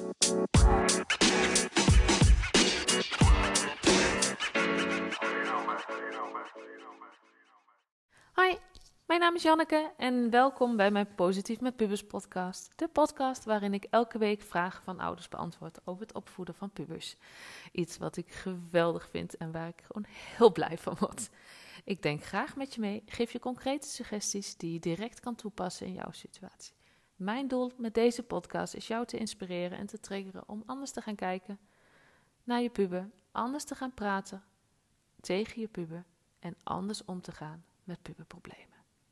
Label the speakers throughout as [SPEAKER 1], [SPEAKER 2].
[SPEAKER 1] Hoi, mijn naam is Janneke en welkom bij mijn Positief met Pubers podcast. De podcast waarin ik elke week vragen van ouders beantwoord over het opvoeden van pubers. Iets wat ik geweldig vind en waar ik gewoon heel blij van word. Ik denk graag met je mee, geef je concrete suggesties die je direct kan toepassen in jouw situatie. Mijn doel met deze podcast is jou te inspireren en te triggeren om anders te gaan kijken naar je puber, anders te gaan praten tegen je puber en anders om te gaan met puberproblemen.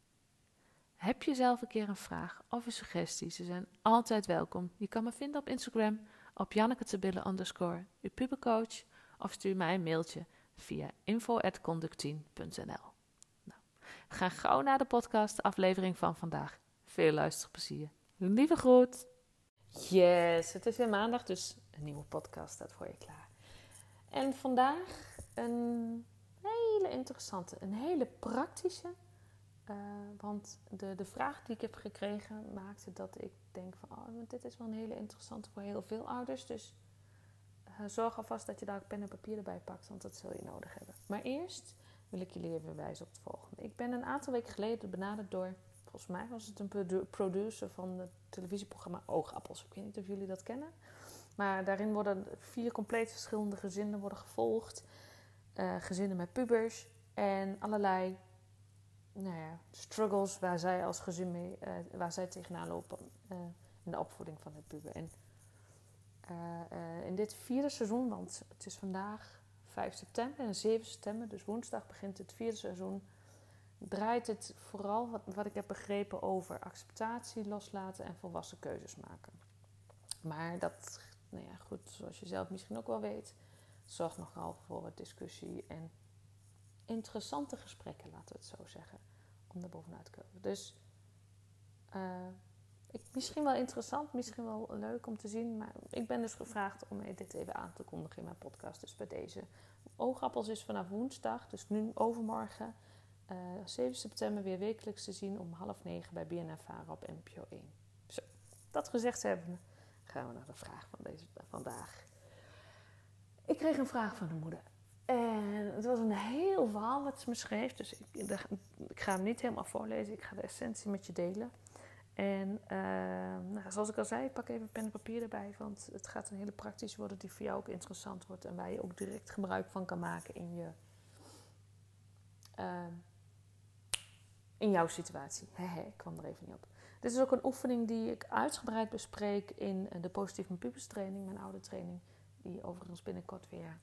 [SPEAKER 1] Heb je zelf een keer een vraag of een suggestie? Ze zijn altijd welkom. Je kan me vinden op Instagram op @janneketebille_, uw pubercoach, of stuur mij een mailtje via info@conductien.nl. Nou, we gaan gauw naar de podcast, de aflevering van vandaag. Veel luisterplezier. Lieve groet. Yes, het is weer maandag, dus een nieuwe podcast staat voor je klaar. En vandaag een hele interessante, een hele praktische. Want de vraag die ik heb gekregen maakte dat ik denk van, dit is wel een hele interessante voor heel veel ouders. Dus zorg alvast dat je daar pen en papier erbij pakt, want dat zul je nodig hebben. Maar eerst wil ik jullie even wijzen op het volgende. Ik ben een aantal weken geleden benaderd door, volgens mij was het een producer van het televisieprogramma Oogappels. Ik weet niet of jullie dat kennen. Maar daarin worden 4 compleet verschillende gezinnen worden gevolgd. Gezinnen met pubers en allerlei struggles waar zij als gezin mee, waar zij tegenaan lopen in de opvoeding van het puber. En in dit 4e seizoen, want het is vandaag 5 september en 7 september, dus woensdag begint het 4e seizoen, draait het vooral, wat ik heb begrepen, over acceptatie, loslaten en volwassen keuzes maken. Maar dat, goed, zoals je zelf misschien ook wel weet, zorgt nogal voor discussie en interessante gesprekken, laten we het zo zeggen, om er bovenuit te komen. Dus misschien wel interessant, misschien wel leuk om te zien, maar ik ben dus gevraagd om dit even aan te kondigen in mijn podcast. Dus bij deze. Oogappels is vanaf woensdag, dus nu overmorgen, 7 september weer wekelijks te zien om 8:30 bij BNNVARA op NPO 1. Zo, dat gezegd hebben, gaan we naar de vraag van vandaag. Ik kreeg een vraag van de moeder. En het was een heel verhaal wat ze me schreef. Dus ik ga hem niet helemaal voorlezen. Ik ga de essentie met je delen. En zoals ik al zei, pak even pen en papier erbij. Want het gaat een hele praktische worden die voor jou ook interessant wordt. En waar je ook direct gebruik van kan maken in jouw situatie. Ik kwam er even niet op. Dit is ook een oefening die ik uitgebreid bespreek in de Positief met Pubers training. Mijn oude training. Die overigens binnenkort weer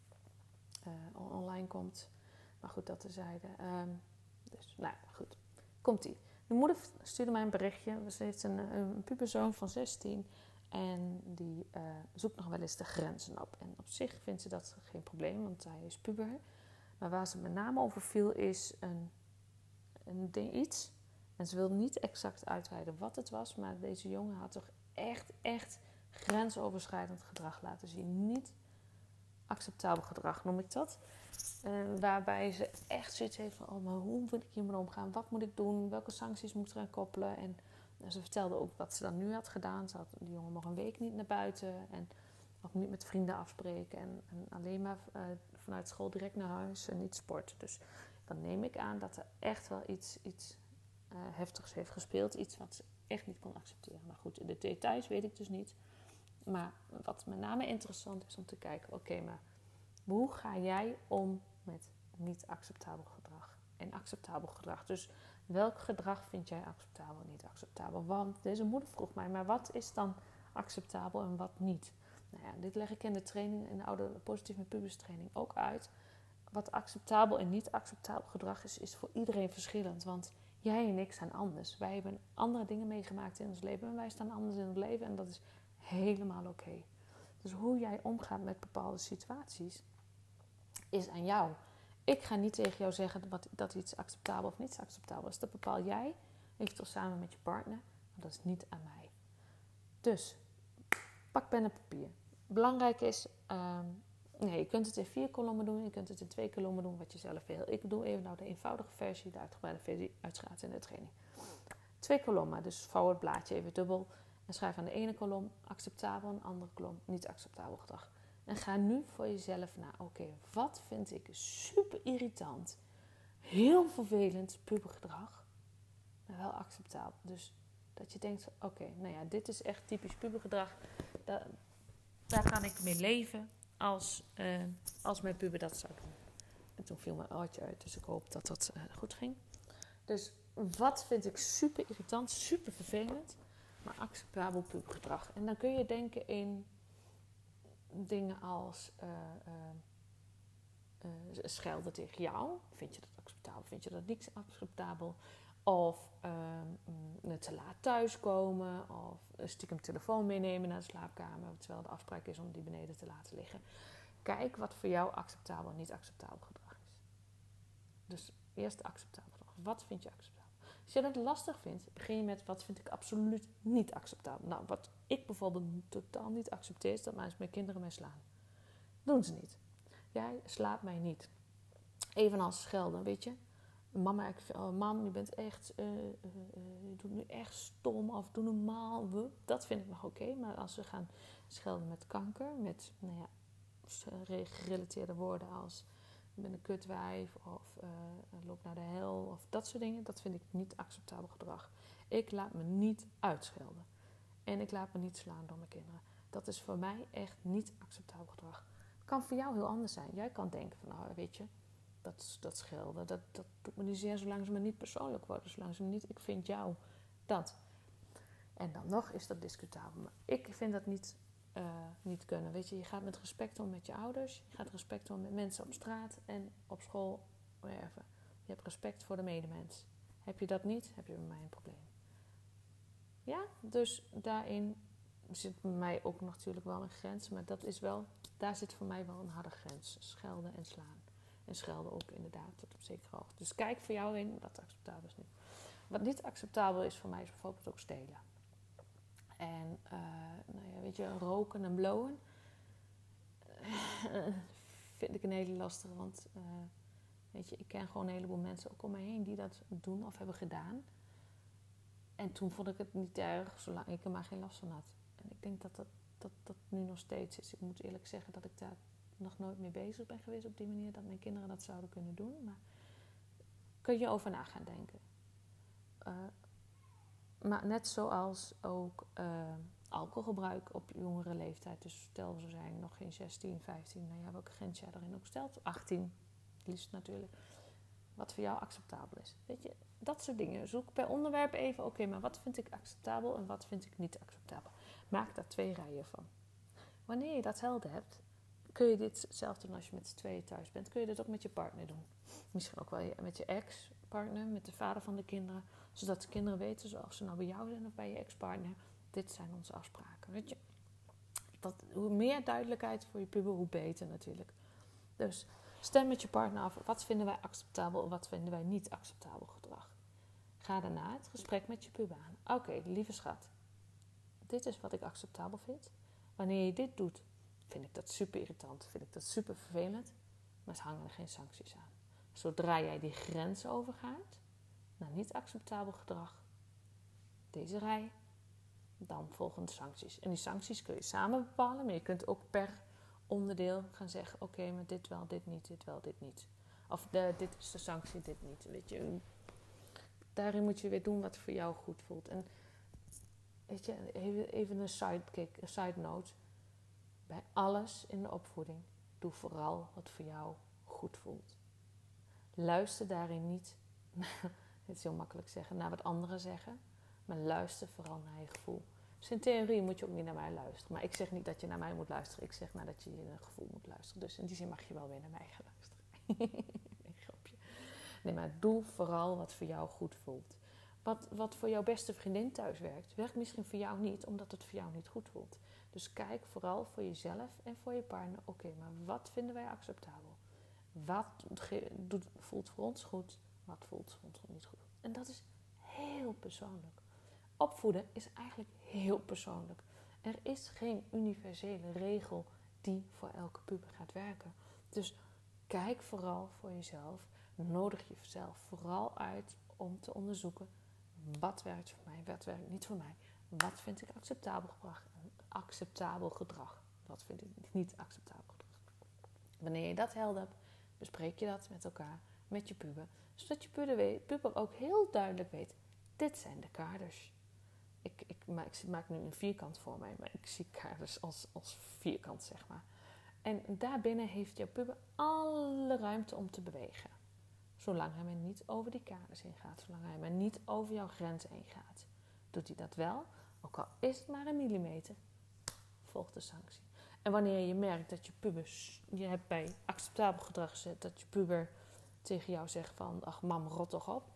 [SPEAKER 1] online komt. Maar goed, dat tezijde. Dus, goed. Komt-ie. De moeder stuurde mij een berichtje. Ze heeft een puberzoon van 16. En die zoekt nog wel eens de grenzen op. En op zich vindt ze dat geen probleem, want hij is puber. Maar waar ze met name over viel is een ding iets. En ze wil niet exact uitweiden wat het was. Maar deze jongen had toch echt grensoverschrijdend gedrag laten zien. Niet acceptabel gedrag, noem ik dat. Waarbij ze echt zoiets heeft van, maar hoe moet ik hiermee omgaan? Wat moet ik doen? Welke sancties moet ik eraan koppelen? En ze vertelde ook wat ze dan nu had gedaan. Ze had die jongen nog een week niet naar buiten. En ook niet met vrienden afspreken. En alleen maar vanuit school direct naar huis en niet sporten. Dus dan neem ik aan dat er echt wel iets heftigs heeft gespeeld. Iets wat ze echt niet kon accepteren. Maar goed, de details weet ik dus niet. Maar wat met name interessant is om te kijken, oké, maar hoe ga jij om met niet acceptabel gedrag en acceptabel gedrag? Dus welk gedrag vind jij acceptabel en niet acceptabel? Want deze moeder vroeg mij, maar wat is dan acceptabel en wat niet? Dit leg ik in de training, in de oude Positief met Pubers training ook uit. Wat acceptabel en niet acceptabel gedrag is voor iedereen verschillend. Want jij en ik zijn anders. Wij hebben andere dingen meegemaakt in ons leven en wij staan anders in het leven en dat is helemaal oké. Dus hoe jij omgaat met bepaalde situaties is aan jou. Ik ga niet tegen jou zeggen dat iets acceptabel of niet acceptabel is. Dat bepaal jij, eventueel samen met je partner, maar dat is niet aan mij. Dus, pak pen en papier. Belangrijk is, je kunt het in 4 kolommen doen, je kunt het in 2 kolommen doen, wat je zelf wil. Ik doe even de eenvoudige versie, de uitgebreide versie uiteraard in de training. 2 kolommen, dus vouw het blaadje even dubbel En schrijf aan de ene kolom acceptabel, aan de andere kolom niet acceptabel gedrag. En ga nu voor jezelf na, oké, wat vind ik super irritant, heel vervelend pubergedrag, maar wel acceptabel. Dus dat je denkt, oké, nou ja, dit is echt typisch pubergedrag. Daar kan ik mee leven als mijn puber dat zou doen. En toen viel mijn oortje uit, dus ik hoop dat dat goed ging. Dus wat vind ik super irritant, super vervelend, maar acceptabel pubergedrag. En dan kun je denken in dingen als schelden tegen jou. Vind je dat acceptabel? Vind je dat niet acceptabel? Of te laat thuiskomen. Of stiekem telefoon meenemen naar de slaapkamer. Terwijl de afspraak is om die beneden te laten liggen. Kijk wat voor jou acceptabel en niet acceptabel gedrag is. Dus eerst acceptabel gedrag. Wat vind je acceptabel? Als je dat lastig vindt, begin je met wat vind ik absoluut niet acceptabel. Nou, wat ik bijvoorbeeld totaal niet accepteer, is dat mijn kinderen mij slaan. Doen ze niet. Jij slaat mij niet. Evenals schelden, weet je. Mama, mam, je bent echt, je doet nu echt stom of doe normaal. Dat vind ik nog oké. Maar als ze gaan schelden met kanker, met gerelateerde woorden als ik ben een kutwijf of loop naar de hel of dat soort dingen, dat vind ik niet acceptabel gedrag. Ik laat me niet uitschelden. En ik laat me niet slaan door mijn kinderen. Dat is voor mij echt niet acceptabel gedrag. Het kan voor jou heel anders zijn. Jij kan denken van, nou weet je, dat schelden, dat doet me niet zeer zolang ze me niet persoonlijk worden. Zolang ze me niet, ik vind jou dat. En dan nog is dat discutabel. Maar ik vind dat niet kunnen. Weet je, je gaat met respect om met je ouders. Je gaat respect om met mensen op straat en op school. Wherever. Je hebt respect voor de medemens. Heb je dat niet, heb je bij mij een probleem. Ja, dus daarin zit bij mij ook natuurlijk wel een grens. Maar daar zit voor mij wel een harde grens. Schelden en slaan. En schelden ook inderdaad tot op zekere hoogte. Dus kijk voor jou in wat acceptabel is nu. Wat niet acceptabel is voor mij is bijvoorbeeld ook stelen. En weet je, roken en blowen vind ik een hele lastige. Want weet je, ik ken gewoon een heleboel mensen ook om me heen die dat doen of hebben gedaan. En toen vond ik het niet erg, zolang ik er maar geen last van had. En ik denk dat nu nog steeds is. Ik moet eerlijk zeggen dat ik daar nog nooit mee bezig ben geweest op die manier. Dat mijn kinderen dat zouden kunnen doen. Maar kun je over na gaan denken. Maar net zoals ook alcoholgebruik op jongere leeftijd. Dus stel ze zijn nog geen 16, 15. Nou ja, welke grens jij daarin ook stelt. 18, liefst natuurlijk. Wat voor jou acceptabel is. Weet je, dat soort dingen. Zoek per onderwerp even, oké, maar wat vind ik acceptabel en wat vind ik niet acceptabel. Maak daar 2 rijen van. Wanneer je dat helder hebt, kun je dit zelf doen als je met z'n tweeën thuis bent. Kun je dit ook met je partner doen. Misschien ook wel met je ex-partner, met de vader van de kinderen. Zodat de kinderen weten, of ze nou bij jou zijn of bij je ex-partner. Dit zijn onze afspraken, weet je. Hoe meer duidelijkheid voor je puber, hoe beter natuurlijk. Dus stem met je partner af, wat vinden wij acceptabel en wat vinden wij niet acceptabel gedrag. Ga daarna het gesprek met je puber aan. Oké, lieve schat, dit is wat ik acceptabel vind. Wanneer je dit doet, vind ik dat super irritant, vind ik dat super vervelend, maar er hangen er geen sancties aan. Zodra jij die grens overgaat naar niet acceptabel gedrag, deze rij, dan volgen de sancties. En die sancties kun je samen bepalen, maar je kunt ook per onderdeel gaan zeggen, oké, maar dit wel, dit niet, dit wel, dit niet. Of dit is de sanctie, dit niet. Weet je, daarin moet je weer doen wat voor jou goed voelt. En weet je, even een side note. Bij alles in de opvoeding, doe vooral wat voor jou goed voelt. Luister daarin niet, dit is heel makkelijk zeggen, naar wat anderen zeggen. Maar luister vooral naar je gevoel. Dus in theorie moet je ook niet naar mij luisteren. Maar ik zeg niet dat je naar mij moet luisteren. Ik zeg maar dat je je gevoel moet luisteren. Dus in die zin mag je wel weer naar mij gaan luisteren. Nee, grapje. Nee, maar doe vooral wat voor jou goed voelt. Wat voor jouw beste vriendin thuis werkt misschien voor jou niet, omdat het voor jou niet goed voelt. Dus kijk vooral voor jezelf en voor je partner. Oké, maar wat vinden wij acceptabel? Wat voelt voor ons goed? Wat voelt voor ons niet goed? En dat is heel persoonlijk. Opvoeden is eigenlijk heel persoonlijk. Er is geen universele regel die voor elke puber gaat werken. Dus kijk vooral voor jezelf. Nodig jezelf vooral uit om te onderzoeken wat werkt voor mij, wat werkt niet voor mij. Wat vind ik acceptabel gedrag? Wat vind ik niet acceptabel gedrag? Wanneer je dat helder hebt, bespreek je dat met elkaar, met je puber. Zodat je puber ook heel duidelijk weet, dit zijn de kaders. Ik maak nu een vierkant voor mij, maar ik zie kaders als vierkant, zeg maar. En daarbinnen heeft je puber alle ruimte om te bewegen. Zolang hij maar niet over die kaders heen gaat. Zolang hij maar niet over jouw grenzen heen gaat. Doet hij dat wel, ook al is het maar 1 millimeter, volgt de sanctie. En wanneer je merkt dat je puber, je hebt bij acceptabel gedrag gezet, dat je puber tegen jou zegt van, ach mam, rot toch op.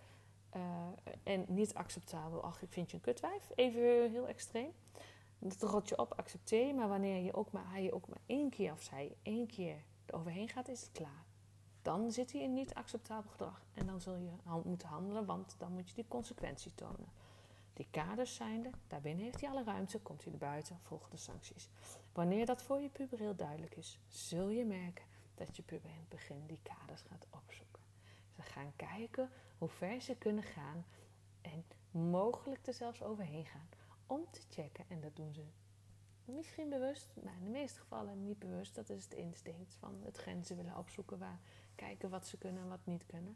[SPEAKER 1] En niet acceptabel, ach ik vind je een kutwijf, even heel extreem. Dat rot je op, accepteer je, maar wanneer hij je ook maar 1 keer of zij 1 keer eroverheen gaat, is het klaar. Dan zit hij in niet acceptabel gedrag. En dan zul je moeten handelen, want dan moet je die consequentie tonen. Die kaders zijnde, daarbinnen heeft hij alle ruimte, komt hij er buiten, volgen de sancties. Wanneer dat voor je puber heel duidelijk is, zul je merken dat je puber in het begin die kaders gaat opzoeken. Ze gaan kijken hoe ver ze kunnen gaan en mogelijk er zelfs overheen gaan. Om te checken, en dat doen ze misschien bewust, maar in de meeste gevallen niet bewust. Dat is het instinct van het grenzen willen opzoeken, kijken wat ze kunnen en wat niet kunnen.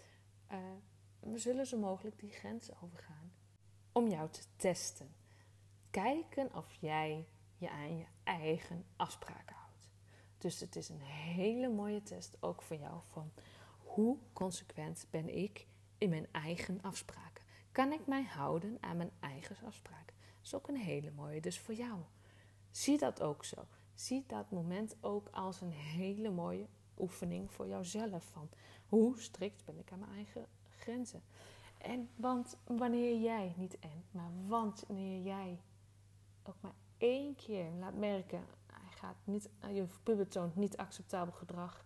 [SPEAKER 1] We zullen zo mogelijk die grenzen overgaan om jou te testen. Kijken of jij je aan je eigen afspraken houdt. Dus het is een hele mooie test ook voor jou van hoe consequent ben ik in mijn eigen afspraken. Kan ik mij houden aan mijn eigen afspraken? Dat is ook een hele mooie, dus voor jou. Zie dat ook zo. Zie dat moment ook als een hele mooie oefening voor jouzelf. Van hoe strikt ben ik aan mijn eigen grenzen. Want wanneer jij, wanneer jij ook maar 1 keer laat merken, je puber toont niet acceptabel gedrag.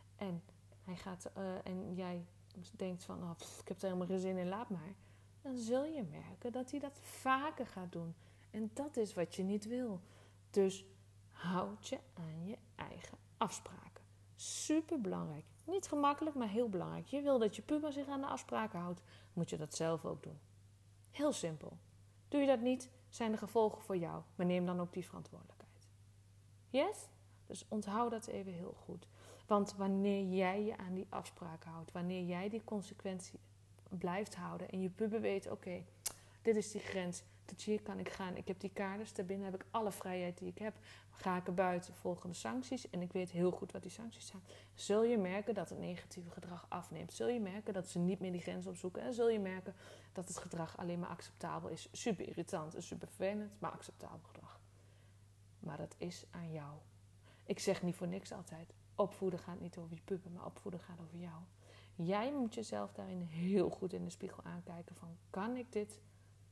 [SPEAKER 1] En jij denkt van, oh, ik heb er helemaal geen zin in, laat maar. Dan zul je merken dat hij dat vaker gaat doen. En dat is wat je niet wil. Dus houd je aan je eigen afspraken. Super belangrijk. Niet gemakkelijk, maar heel belangrijk. Je wil dat je puber zich aan de afspraken houdt, moet je dat zelf ook doen. Heel simpel. Doe je dat niet, zijn de gevolgen voor jou. Maar neem dan ook die verantwoordelijkheid. Yes? Dus onthoud dat even heel goed. Want wanneer jij je aan die afspraken houdt, wanneer jij die consequentie blijft houden en je puber weet, oké, dit is die grens, tot hier kan ik gaan. Ik heb die kaders, daarbinnen heb ik alle vrijheid die ik heb. Ga ik er buiten, volgende sancties. En ik weet heel goed wat die sancties zijn. Zul je merken dat het negatieve gedrag afneemt. Zul je merken dat ze niet meer die grens opzoeken. En zul je merken dat het gedrag alleen maar acceptabel is. Super irritant en super vervelend, maar acceptabel gedrag. Maar dat is aan jou. Ik zeg niet voor niks altijd, opvoeden gaat niet over je puber, maar opvoeden gaat over jou. Jij moet jezelf daarin heel goed in de spiegel aankijken van, kan ik dit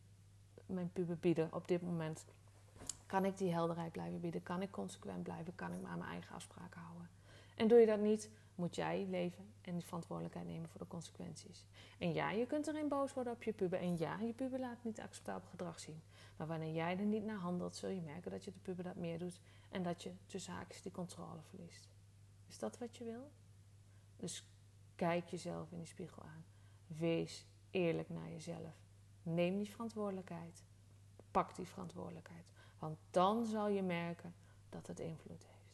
[SPEAKER 1] mijn puber bieden op dit moment? Kan ik die helderheid blijven bieden? Kan ik consequent blijven? Kan ik me aan mijn eigen afspraken houden? En doe je dat niet, moet jij leven en die verantwoordelijkheid nemen voor de consequenties. En ja, je kunt erin boos worden op je puber. En ja, je puber laat niet acceptabel gedrag zien. Maar wanneer jij er niet naar handelt, zul je merken dat je de puber dat meer doet. En dat je tussen haakjes die controle verliest. Is dat wat je wil? Dus kijk jezelf in die spiegel aan. Wees eerlijk naar jezelf. Neem die verantwoordelijkheid. Pak die verantwoordelijkheid. Want dan zal je merken dat het invloed heeft.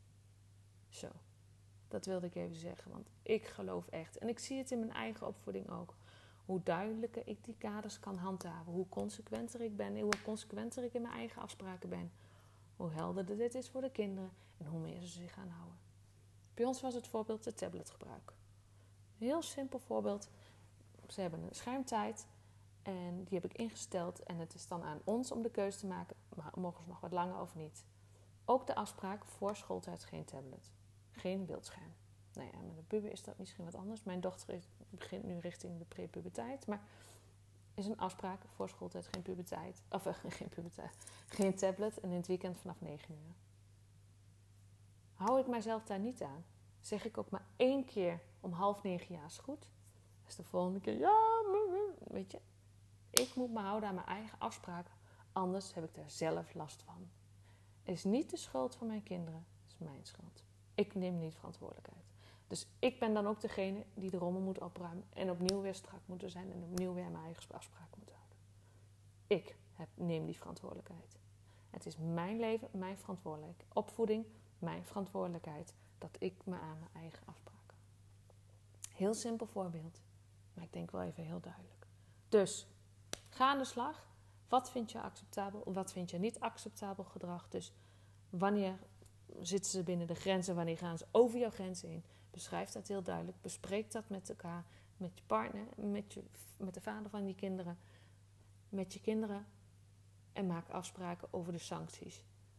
[SPEAKER 1] Zo, dat wilde ik even zeggen. Want ik geloof echt, en ik zie het in mijn eigen opvoeding ook, hoe duidelijker ik die kaders kan handhaven. Hoe consequenter ik ben, hoe consequenter ik in mijn eigen afspraken ben. Hoe helderder dit is voor de kinderen en hoe meer ze zich gaan houden. Bij ons was het voorbeeld het tabletgebruik. Een heel simpel voorbeeld. Ze hebben een schermtijd en die heb ik ingesteld. En het is dan aan ons om de keuze te maken, maar mogen ze nog wat langer of niet. Ook de afspraak, voor schooltijd geen tablet. Geen beeldscherm. Nou ja, met de puber is dat misschien wat anders. Mijn dochter begint nu richting de prepuberteit. Maar is een afspraak, voor schooltijd geen puberteit. Geen puberteit. Geen tablet en in het weekend vanaf 9 uur. Hou ik mijzelf daar niet aan, zeg ik ook maar 1 keer om 8:30 ja is goed. Dus de volgende keer, ja, weet je. Ik moet me houden aan mijn eigen afspraken, anders heb ik daar zelf last van. Het is niet de schuld van mijn kinderen, het is mijn schuld. Ik neem niet verantwoordelijkheid. Dus ik ben dan ook degene die de rommel moet opruimen en opnieuw weer strak moet zijn en opnieuw weer mijn eigen afspraken moet houden. Ik Neem die verantwoordelijkheid. Het is mijn leven, mijn verantwoordelijkheid. Opvoeding, mijn verantwoordelijkheid. Dat ik me aan mijn eigen afspraken. Heel simpel voorbeeld. Maar ik denk wel even heel duidelijk. Dus, ga aan de slag. Wat vind je acceptabel? Wat vind je niet acceptabel gedrag? Dus, wanneer zitten ze binnen de grenzen? Wanneer gaan ze over jouw grenzen heen? Beschrijf dat heel duidelijk. Bespreek dat met elkaar. Met je partner. Met de vader van die kinderen. Met je kinderen. En maak afspraken over de sancties.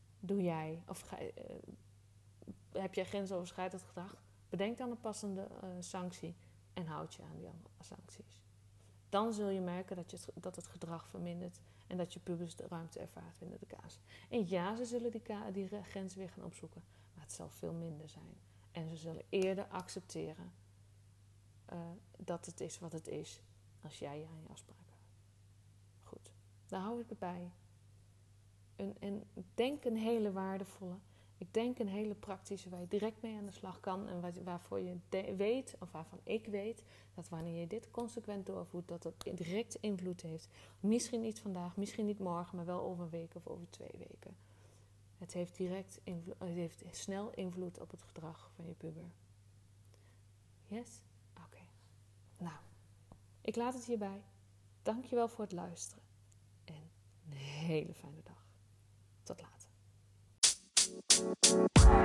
[SPEAKER 1] Heb jij grensoverschrijdend gedrag? Bedenk dan een passende sanctie en houd je aan die sancties. Dan zul je merken dat het gedrag vermindert en dat je pubers de ruimte ervaart binnen de kaas. En ja, ze zullen die grens weer gaan opzoeken, maar het zal veel minder zijn. En ze zullen eerder accepteren dat het is wat het is als jij je aan je afspraken houdt. Goed, daar hou ik het bij. En denk een hele waardevolle. Ik denk een hele praktische waar je direct mee aan de slag kan. En waarvoor je weet, of waarvan ik weet, dat wanneer je dit consequent doorvoert, dat het direct invloed heeft. Misschien niet vandaag, misschien niet morgen, maar wel over een week of over 2 weken. Het heeft snel invloed op het gedrag van je puber. Yes? Oké. Nou, ik laat het hierbij. Dankjewel voor het luisteren. En een hele fijne dag. Tot later.